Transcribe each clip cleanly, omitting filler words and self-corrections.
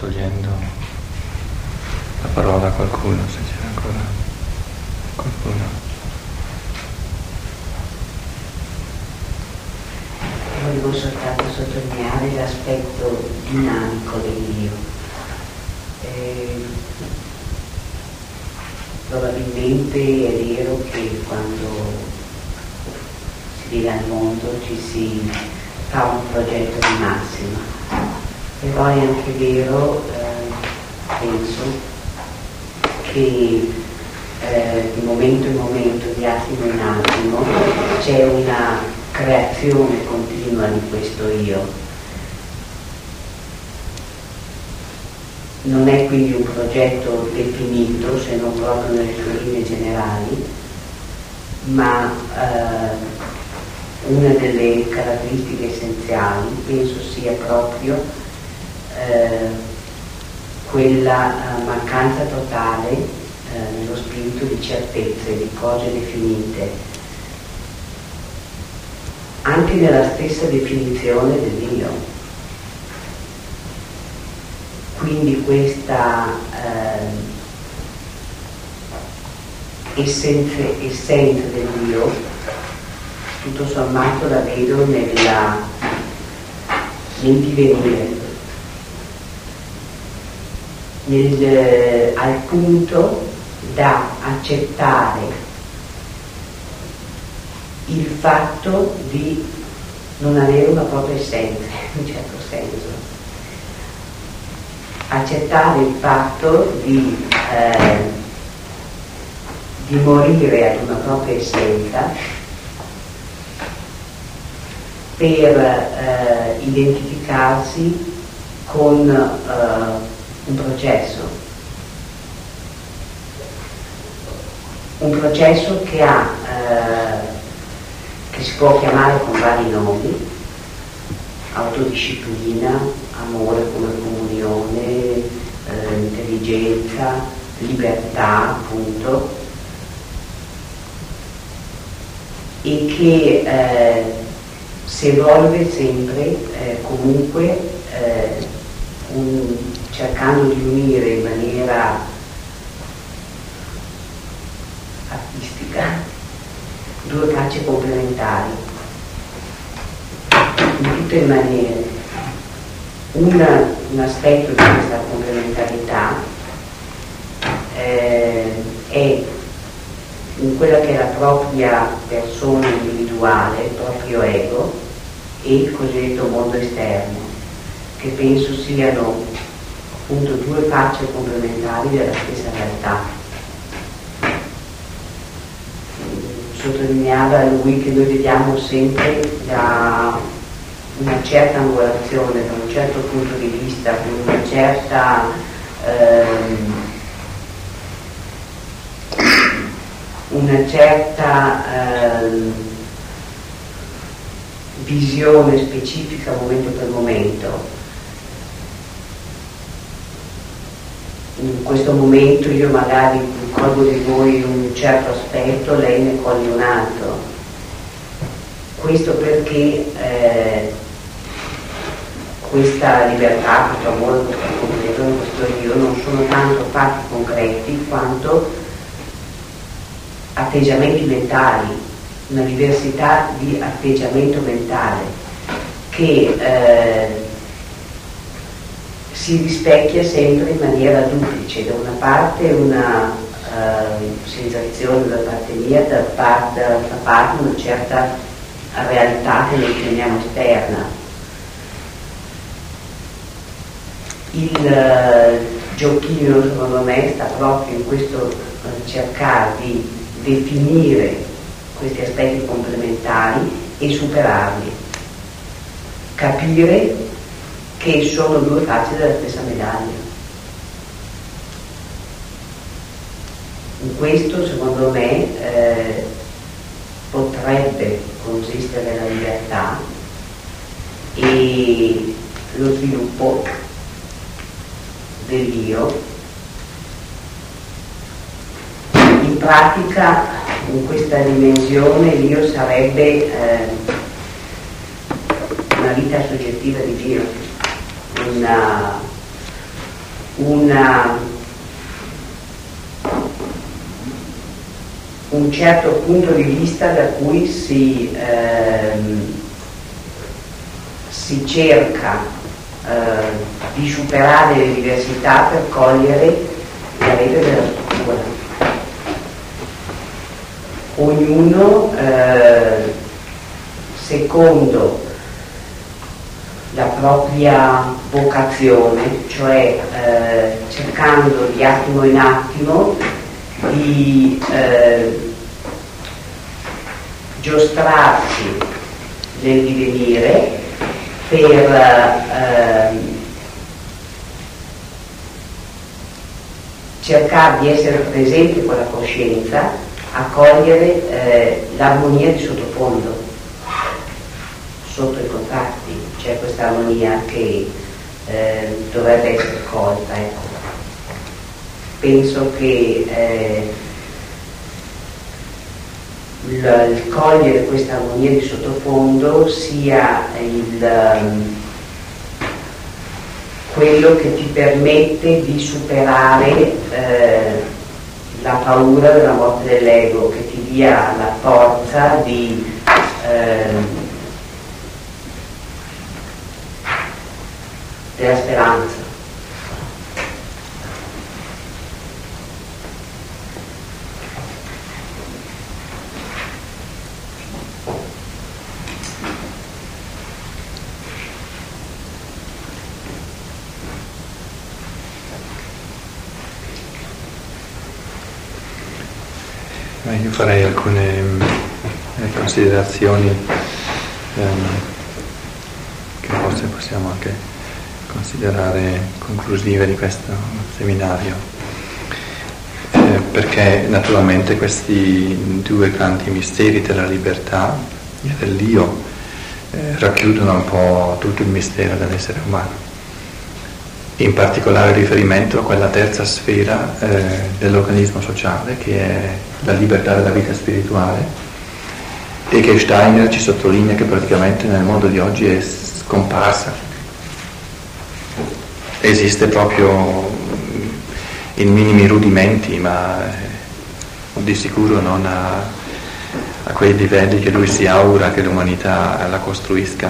togliendo la parola a qualcuno, se c'è ancora qualcuno. Volevo soltanto sottolineare l'aspetto dinamico dell'io. Probabilmente è vero che quando si vive al mondo ci si fa un progetto di massima, però è anche vero, penso, che di momento in momento, di attimo in attimo, c'è una creazione continua di questo io. Non è quindi un progetto definito, se non proprio nelle sue linee generali, ma una delle caratteristiche essenziali penso sia proprio quella mancanza totale nello spirito di certezze, di cose definite, anche nella stessa definizione dell'io. Quindi questa essenza dell'io, tutto sommato la vedo nel divenire, al punto da accettare il fatto di non avere una propria essenza, in un certo senso. Accettare il fatto di morire ad una propria essenza per identificarsi con un processo che si può chiamare con vari nomi: autodisciplina, amore come comunione, intelligenza, libertà, appunto, e che si evolve sempre comunque cercando di unire in maniera artistica due facce complementari in tutte le maniere. Un aspetto di questa complementarità è in quella che è la propria persona individuale, il proprio ego, e il cosiddetto mondo esterno, che penso siano appunto due facce complementari della stessa realtà. Sottolineava lui che noi vediamo sempre da una certa angolazione, da un certo punto di vista, con una certa visione specifica momento per momento. In questo momento io magari colgo di voi un certo aspetto, lei ne coglie un altro. Questo perché questa libertà, questo amore, questo completo, questo io non sono tanto fatti concreti quanto atteggiamenti mentali, una diversità di atteggiamento mentale che si rispecchia sempre in maniera duplice: da una parte una sensazione da parte mia, dall'altra parte una certa realtà che noi chiamiamo esterna. Il giochino, secondo me, sta proprio in questo cercare di definire questi aspetti complementari e superarli, capire che sono due facce della stessa medaglia. In questo, secondo me, potrebbe consistere la libertà e lo sviluppo dell'io. In pratica, in questa dimensione, l'io sarebbe una vita soggettiva di Dio, un certo punto di vista da cui si cerca di superare le diversità per cogliere la rete della struttura. Ognuno secondo la propria vocazione, cioè cercando di attimo in attimo di giostrarsi nel divenire per cercare di essere presenti con la coscienza a cogliere l'armonia di sottofondo. Sotto i contratti c'è questa armonia che dovrebbe essere colta, ecco. Penso che il cogliere questa armonia di sottofondo sia quello che ti permette di superare la paura della morte dell'ego, che ti dia la forza della speranza. Io farei alcune considerazioni che forse possiamo anche considerare conclusive di questo seminario, perché naturalmente questi due grandi misteri della libertà e dell'io racchiudono un po' tutto il mistero dell'essere umano, in particolare riferimento a quella terza sfera dell'organismo sociale, che è la libertà della vita spirituale, e che Steiner ci sottolinea che praticamente nel mondo di oggi è scomparsa. Esiste proprio in minimi rudimenti, ma di sicuro non a quei livelli che lui si augura che l'umanità la costruisca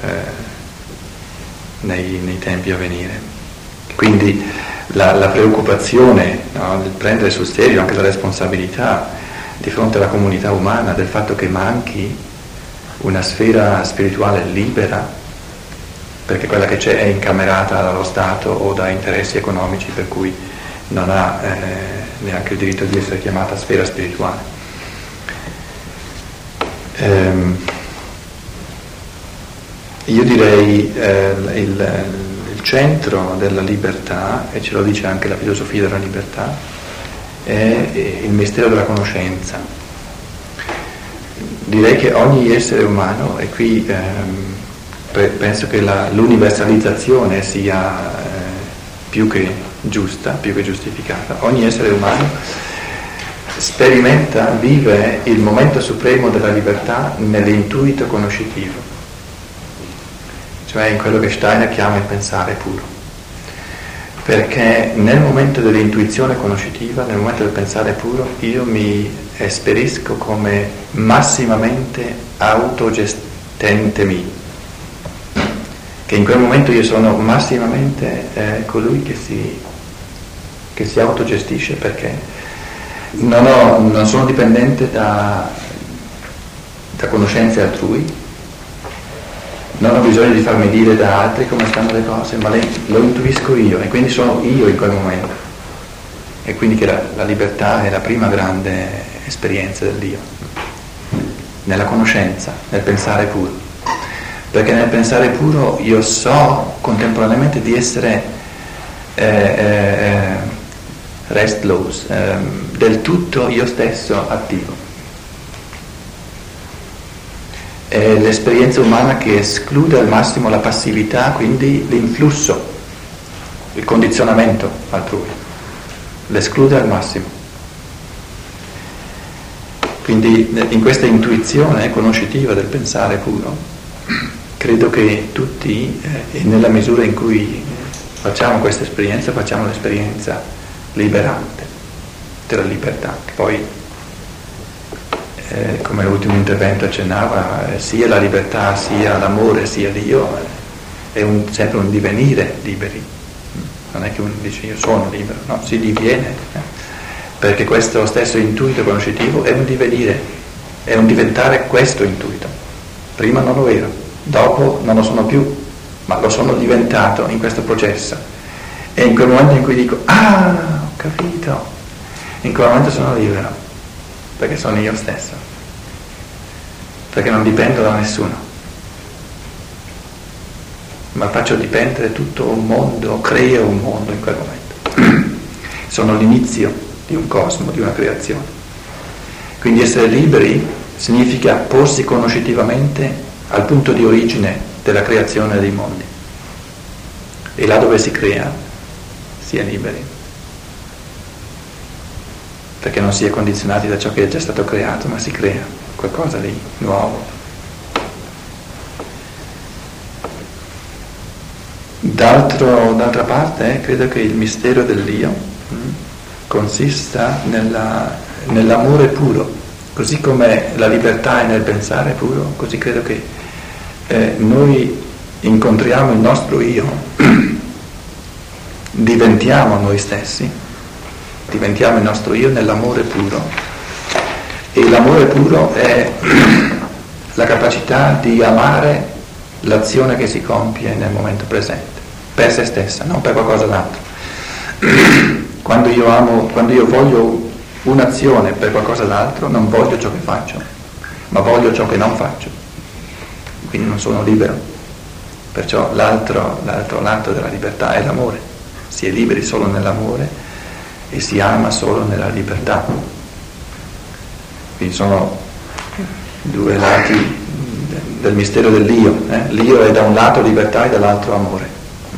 nei tempi a venire. Quindi la preoccupazione, no, del prendere sul serio anche la responsabilità di fronte alla comunità umana del fatto che manchi una sfera spirituale libera, perché quella che c'è è incamerata dallo Stato o da interessi economici, per cui non ha neanche il diritto di essere chiamata sfera spirituale. Io direi il centro della libertà, e ce lo dice anche la filosofia della libertà, è il mistero della conoscenza. Direi che ogni essere umano, e qui penso che l'universalizzazione sia più che giusta, più che giustificata, ogni essere umano sperimenta, vive il momento supremo della libertà nell'intuito conoscitivo, cioè in quello che Steiner chiama il pensare puro, perché nel momento dell'intuizione conoscitiva, nel momento del pensare puro, io mi esperisco come massimamente autogestentemi, che in quel momento io sono massimamente colui che si autogestisce, perché non sono dipendente da conoscenze altrui, non ho bisogno di farmi dire da altri come stanno le cose, ma lo intuisco io, e quindi sono io in quel momento, e quindi che la libertà è la prima grande esperienza dell'io, nella conoscenza, nel pensare puro, perché nel pensare puro io so contemporaneamente di essere restless, del tutto io stesso attivo. È l'esperienza umana che esclude al massimo la passività, quindi l'influsso, il condizionamento altrui, l'esclude al massimo. Quindi in questa intuizione conoscitiva del pensare puro, credo che tutti, nella misura in cui facciamo questa esperienza, facciamo l'esperienza liberante della libertà, che poi, come l'ultimo intervento accennava, sia la libertà, sia l'amore, sia Dio, è sempre un divenire liberi. Non è che uno dice io sono libero, no, si diviene, perché questo stesso intuito conoscitivo è un divenire, è un diventare questo intuito. Prima non lo ero, dopo non lo sono più, ma lo sono diventato in questo processo. E in quel momento in cui dico, ho capito, in quel momento sono libero, perché sono io stesso, perché non dipendo da nessuno, ma faccio dipendere tutto un mondo, creo un mondo in quel momento. Sono l'inizio di un cosmo, di una creazione. Quindi essere liberi significa porsi conoscitivamente al punto di origine della creazione dei mondi. E là dove si crea, si è liberi. Perché non si è condizionati da ciò che è già stato creato, ma si crea qualcosa di nuovo. D'altra parte, credo che il mistero dell'io consista nell'amore puro, così come la libertà è nel pensare puro, così credo che noi incontriamo il nostro io, diventiamo noi stessi, diventiamo il nostro io nell'amore puro, e l'amore puro è la capacità di amare l'azione che si compie nel momento presente, per se stessa, non per qualcosa d'altro. Quando io voglio un'azione per qualcosa d'altro, non voglio ciò che faccio, ma voglio ciò che non faccio, quindi non sono libero. Perciò l'altro lato della libertà è l'amore, si è liberi solo nell'amore e si ama solo nella libertà. Quindi sono due lati del mistero dell'io. L'io è da un lato libertà e dall'altro amore.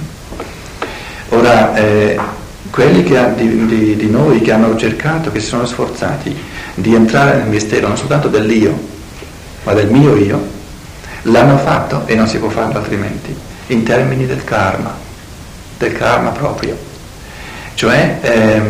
Ora, quelli di noi che hanno cercato, che si sono sforzati di entrare nel mistero non soltanto dell'io, ma del mio io, l'hanno fatto, e non si può farlo altrimenti, in termini del karma proprio. Cioè,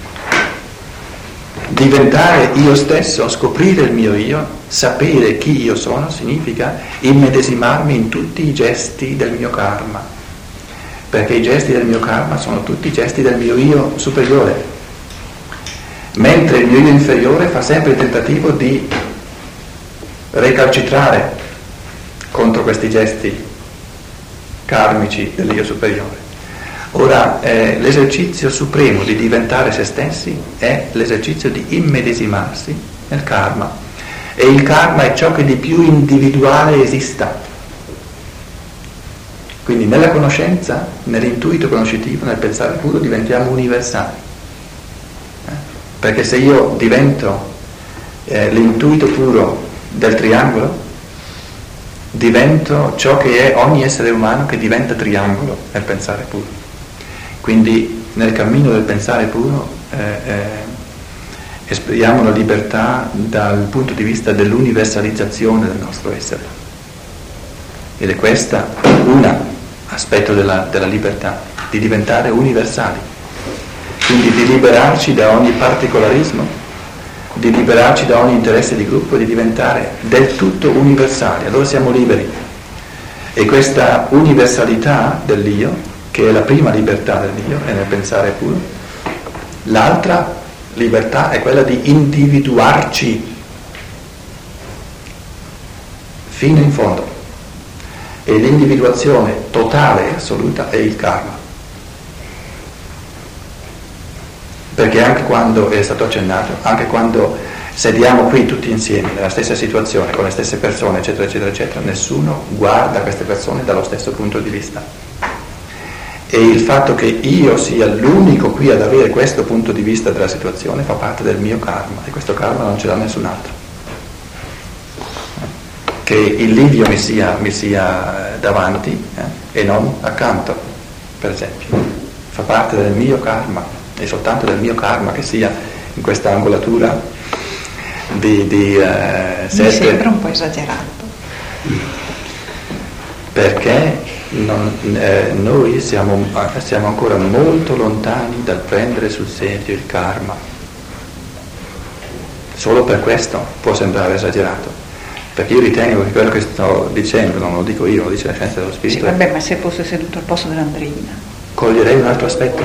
diventare io stesso, scoprire il mio io, sapere chi io sono, significa immedesimarmi in tutti i gesti del mio karma, perché i gesti del mio karma sono tutti i gesti del mio io superiore, mentre il mio io inferiore fa sempre il tentativo di recalcitrare contro questi gesti karmici dell'io superiore. Ora, l'esercizio supremo di diventare se stessi è l'esercizio di immedesimarsi nel karma, e il karma è ciò che di più individuale esista. Quindi nella conoscenza, nell'intuito conoscitivo, nel pensare puro diventiamo universali, perché se io divento l'intuito puro del triangolo, divento ciò che è ogni essere umano che diventa triangolo nel pensare puro. Quindi nel cammino del pensare puro esprimiamo la libertà dal punto di vista dell'universalizzazione del nostro essere. Ed è questa un aspetto della libertà, di diventare universali. Quindi di liberarci da ogni particolarismo, di liberarci da ogni interesse di gruppo, di diventare del tutto universali. Allora siamo liberi. E questa universalità dell'io, che è la prima libertà dell'io, è nel pensare puro. L'altra libertà è quella di individuarci fino in fondo. E l'individuazione totale e assoluta è il karma. Perché anche quando, è stato accennato, anche quando sediamo qui tutti insieme, nella stessa situazione, con le stesse persone, eccetera, eccetera, eccetera, nessuno guarda queste persone dallo stesso punto di vista. E il fatto che io sia l'unico qui ad avere questo punto di vista della situazione fa parte del mio karma, e questo karma non ce l'ha nessun altro. Che il livio mi sia davanti e non accanto, per esempio, fa parte del mio karma, è soltanto del mio karma che sia in questa angolatura di 7. Mi sembra un po' esagerato. Perché noi siamo ancora molto lontani dal prendere sul serio il karma. Solo per questo può sembrare esagerato, perché io ritengo che quello che sto dicendo, non lo dico io, lo dice la scienza dello spirito. Sì, vabbè, ma se fosse seduto al posto dell'Andreina. Coglierei un altro aspetto.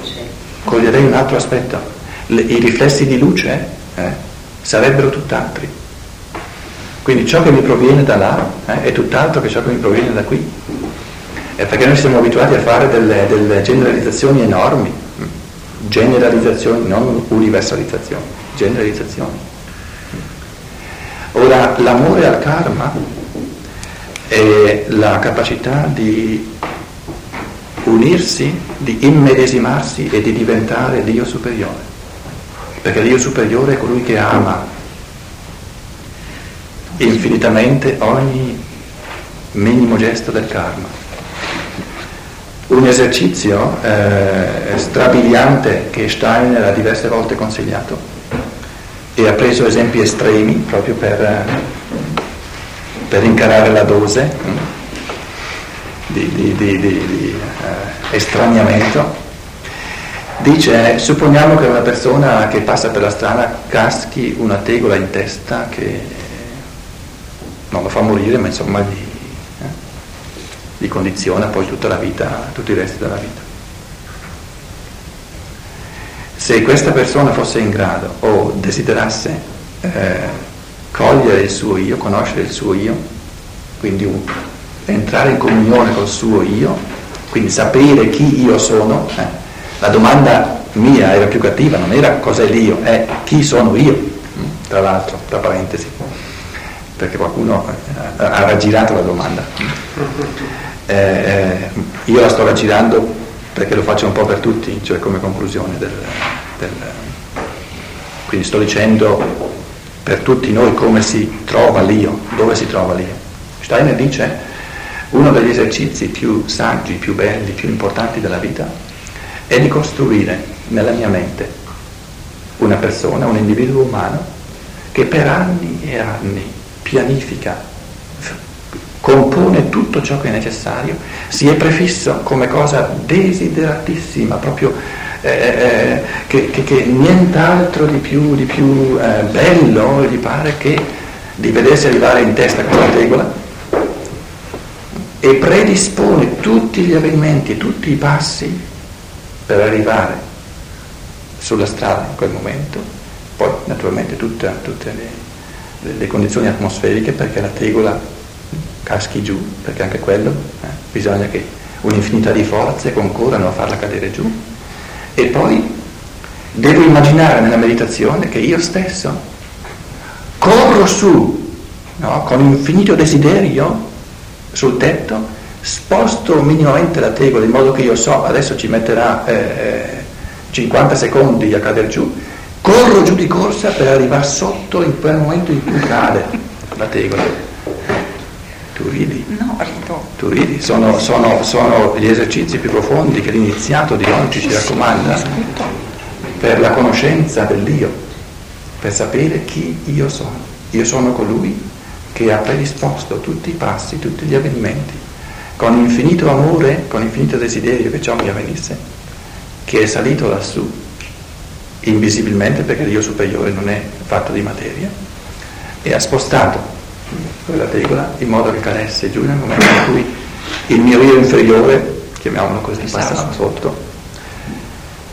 I riflessi di luce sarebbero tutt'altri. Quindi ciò che mi proviene da là è tutt'altro che ciò che mi proviene da qui. È perché noi siamo abituati a fare delle generalizzazioni enormi, generalizzazioni, non universalizzazioni, generalizzazioni. Ora, l'amore al karma è la capacità di unirsi, di immedesimarsi e di diventare l'io superiore, perché l'io superiore è colui che ama infinitamente ogni minimo gesto del karma. Un esercizio strabiliante che Steiner ha diverse volte consigliato e ha preso esempi estremi proprio per incarare la dose di estraniamento. Dice, supponiamo che una persona che passa per la strada caschi una tegola in testa che non lo fa morire, ma insomma gli condiziona poi tutta la vita, tutti i resti della vita. Se questa persona fosse in grado o desiderasse cogliere il suo io, conoscere il suo io, quindi entrare in comunione col suo io, quindi sapere chi io sono, la domanda mia era più cattiva, non era cos'è l'io, è chi sono io, tra l'altro, tra parentesi, perché qualcuno ha raggirato la domanda. Io la sto raggirando perché lo faccio un po' per tutti, cioè come conclusione quindi sto dicendo per tutti noi come si trova l'io, dove si trova l'io. Steiner dice uno degli esercizi più saggi, più belli, più importanti della vita è di costruire nella mia mente una persona, un individuo umano che per anni e anni pianifica, compone tutto ciò che è necessario, si è prefisso come cosa desideratissima, proprio che nient'altro di più bello gli pare che di vedersi arrivare in testa questa tegola, e predispone tutti gli avvenimenti, tutti i passi per arrivare sulla strada in quel momento, poi naturalmente tutte le condizioni atmosferiche perché la tegola caschi giù, perché anche quello bisogna che un'infinità di forze concorrano a farla cadere giù, e poi devo immaginare nella meditazione che io stesso corro su, no, con infinito desiderio sul tetto, sposto minimamente la tegola in modo che io so adesso ci metterà 50 secondi a cadere giù, corro giù di corsa per arrivare sotto in quel momento in cui cade la tegola. Tu ridi? No, rido. Tu ridi? Sono gli esercizi più profondi che l'iniziato di oggi ci raccomanda per la conoscenza dell'io, per sapere chi io sono. Io sono colui che ha predisposto tutti i passi, tutti gli avvenimenti, con infinito amore, con infinito desiderio che ciò mi avvenisse, che è salito lassù, invisibilmente perché l'io superiore non è fatto di materia, e ha spostato quella tegola in modo che cadesse giù nel momento in cui il mio io inferiore, chiamiamolo così, passava sotto